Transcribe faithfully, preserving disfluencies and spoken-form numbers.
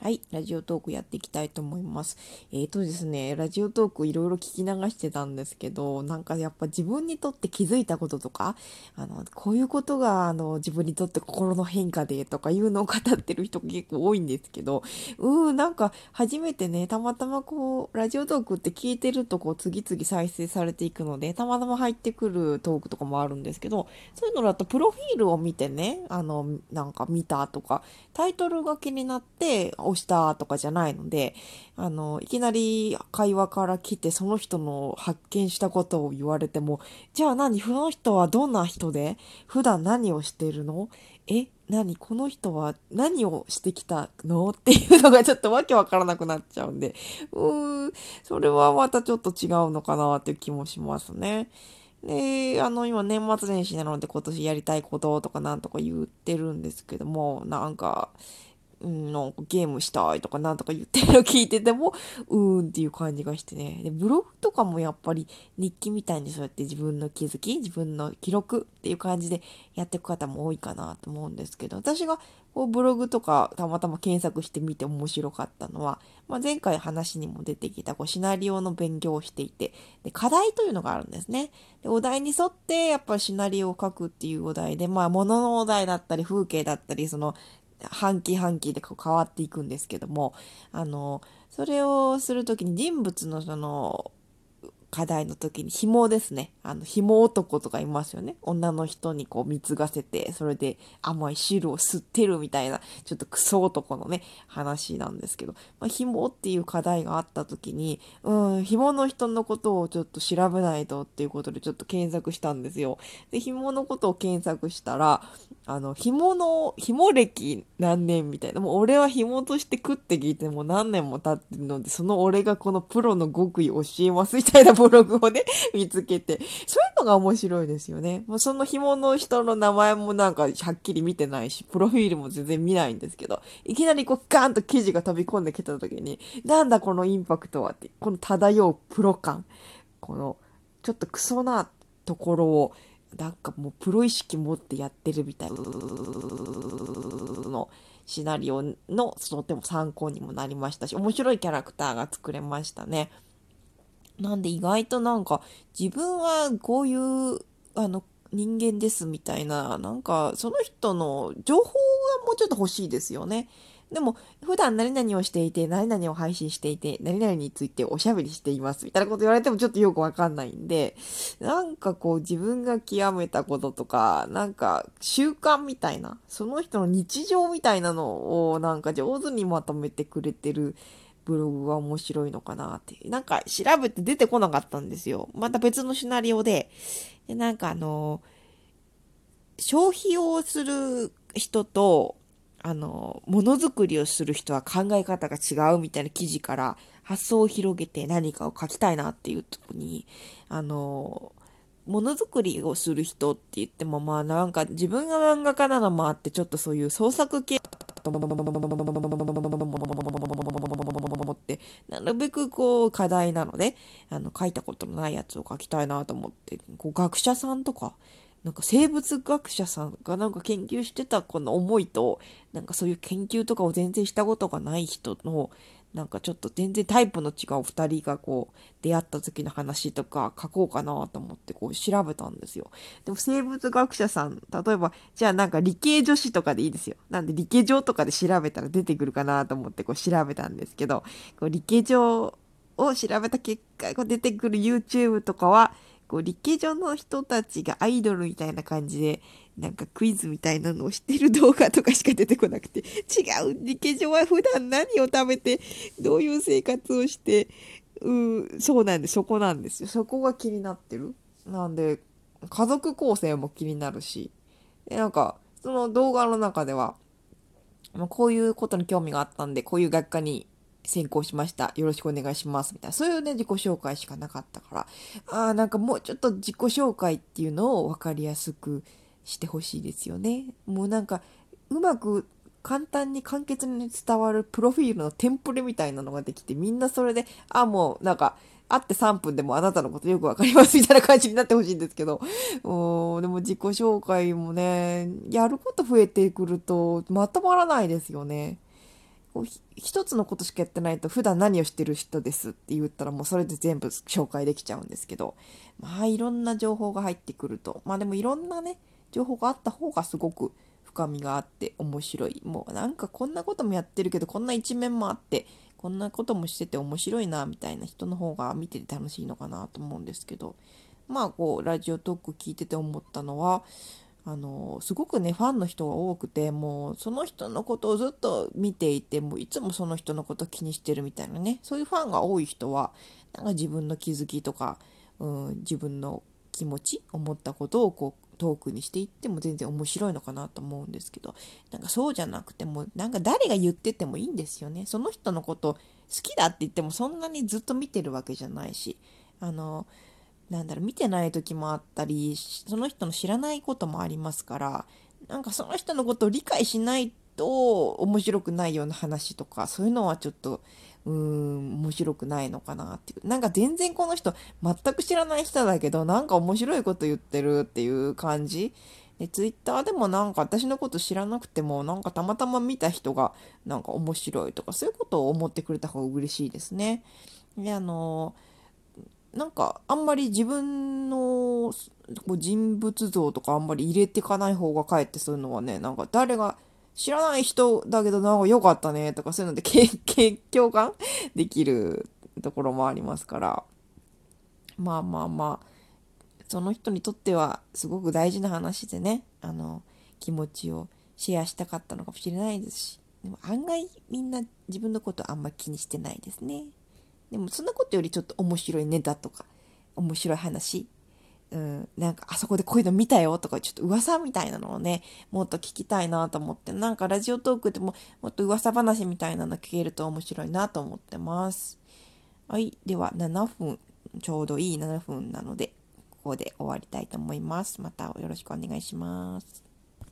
はい、ラジオトークやっていきたいと思います。えーとですね、ラジオトークいろいろ聞き流してたんですけど、なんかやっぱ自分にとって気づいたこととか、あの、こういうことが、あの、自分にとって心の変化でとかいうのを語ってる人が結構多いんですけど、うーん、なんか初めてね、たまたまこう、ラジオトークって聞いてるとこう、次々再生されていくので、たまたま入ってくるトークとかもあるんですけど、そういうのだとプロフィールを見てね、あの、なんか見たとか、タイトルが気になって押したとかじゃないので、あの、いきなり会話から来てその人の発見したことを言われても、じゃあ何その人はどんな人で普段何をしてるのえ何この人は何をしてきたのっていうのがちょっとわけわからなくなっちゃうんで、うーん、それはまたちょっと違うのかなっていう気もしますね。で、あの、今年末年始なので今年やりたいこととかなんとか言ってるんですけども、なんか、うん、なんかゲームしたいとかなんとか言ってるの聞いてても、うーんっていう感じがしてね。で、ブログとかもやっぱり日記みたいにそうやって自分の気づき、自分の記録っていう感じでやっていく方も多いかなと思うんですけど、私がこうブログとかたまたま検索してみて面白かったのは、まあ、前回話にも出てきたこうシナリオの勉強をしていて、で、課題というのがあるんですね。で、お題に沿ってやっぱりシナリオを書くっていうお題で、まあ物のお題だったり風景だったり、その半期半期でこう変わっていくんですけども、あの、それをするときに人物のその課題の時に紐ですね。あの、紐男とかいますよね。女の人にこう貢がせて、それで甘い汁を吸ってるみたいな、ちょっとクソ男のね、話なんですけど、まあ、紐っていう課題があった時に、うん、紐の人のことをちょっと調べないとっていうことでちょっと検索したんですよ。で、紐のことを検索したら、あの、紐の、紐歴何年みたいな、もう俺は紐として食って聞いてもう何年も経ってるので、その俺がこのプロの極意教えますみたいなブログをね、見つけて、そういうのが面白いですよね。もうその紐の人の名前もなんかはっきり見てないし、プロフィールも全然見ないんですけど、いきなりこうガーンと記事が飛び込んできた時に、なんだこのインパクトはって、この漂うプロ感、このちょっとクソなところを、なんかもうプロ意識持ってやってるみたいなのシナリオのとても参考にもなりましたし、面白いキャラクターが作れましたね。なんで意外となんか自分はこういうあの人間ですみたいな、なんかその人の情報がもうちょっと欲しいですよね。でも普段何々をしていて、何々を配信していて、何々についておしゃべりしていますみたいなこと言われてもちょっとよくわかんないんで、なんかこう自分が極めたこととか、なんか習慣みたいな、その人の日常みたいなのをなんか上手にまとめてくれてるブログが面白いのかなって。なんか調べて出てこなかったんですよ。また別のシナリオで、でなんかあの、消費をする人と、あの、ものづくりをする人は考え方が違うみたいな記事から発想を広げて何かを書きたいなっていう時に、あの、ものづくりをする人って言ってもまあなんか自分が漫画家なのもあってちょっとそういう創作系ってなるべくこう課題なのであの書いたことのないやつを書きたいなと思ってこう学者さんとかなんか生物学者さんがなんか研究してたこの思いとなんかそういう研究とかを全然したことがない人のなんかちょっと全然タイプの違う二人がこう出会った時の話とか書こうかなと思ってこう調べたんですよ。でも生物学者さん、例えばじゃあなんか理系女子とかでいいですよ。なんで理系上とかで調べたら出てくるかなと思ってこう調べたんですけど、こう理系上を調べた結果こう出てくる YouTube とかはこう理系上の人たちがアイドルみたいな感じでなんかクイズみたいなのをしてる動画とかしか出てこなくて違う理系上は普段何を食べてどういう生活をしてうそうなんです。そこなんですよ。そこが気になってる。なんで、家族構成も気になるし、でなんか、その動画の中では、まあこういうことに興味があったんで、こういう学科に専攻しました。よろしくお願いします。みたいな。そういうね、自己紹介しかなかったから、ああ、なんかもうちょっと自己紹介っていうのを分かりやすくしてほしいですよね。もうなんか、うまく簡単に簡潔に伝わるプロフィールのテンプレみたいなのができて、みんなそれで、あ、もうなんか、会ってさんぷんでもあなたのことよくわかりますみたいな感じになってほしいんですけど、おーでも自己紹介もね、やること増えてくるとまとまらないですよね。 こうひ一つのことしかやってないと、普段何をしてる人ですって言ったらもうそれで全部紹介できちゃうんですけど、まあいろんな情報が入ってくると、まあでもいろんなね情報があった方がすごく深みがあって面白い。もうなんかこんなこともやってるけどこんな一面もあって、こんなこともしてて面白いなみたいな人の方が見てて楽しいのかなと思うんですけど、まあこうラジオトーク聞いてて思ったのは、あのすごくねファンの人が多くて、もうその人のことをずっと見ていて、もういつもその人のことを気にしてるみたいなね、そういうファンが多い人はなんか自分の気づきとか、うん、自分の気持ち思ったことをこうトークにしていっても全然面白いのかなと思うんですけど、なんかそうじゃなくてもなんか誰が言っててもいいんですよね。その人のこと好きだって言ってもそんなにずっと見てるわけじゃないし、あのなんだろう、見てない時もあったり、その人の知らないこともありますから、なんかその人のことを理解しないと面白くないような話とか、そういうのはちょっと、うーん、面白くないのかなっていう。なんか全然この人、全く知らない人だけど、なんか面白いこと言ってるっていう感じ。で、ツイッターでもなんか私のこと知らなくても、なんかたまたま見た人がなんか面白いとか、そういうことを思ってくれた方が嬉しいですね。で、あのなんかあんまり自分のこう人物像とかあんまり入れていかない方がかえってそういうのはね、なんか誰が知らない人だけどなんか良かったねとかそういうのでけけ共感できるところもありますから、まあまあまあその人にとってはすごく大事な話でね、あの気持ちをシェアしたかったのかもしれないですし、でも案外みんな自分のことあんまり気にしてないですね。でもそんなことよりちょっと面白いネタとか、面白い話、うん、なんかあそこでこういうの見たよとか、ちょっと噂みたいなのをね、もっと聞きたいなと思って、なんかラジオトークでももっと噂話みたいなの聞けると面白いなと思ってます。はい、ではななふん、ちょうどいいななふんなので、ここで終わりたいと思います。またよろしくお願いします。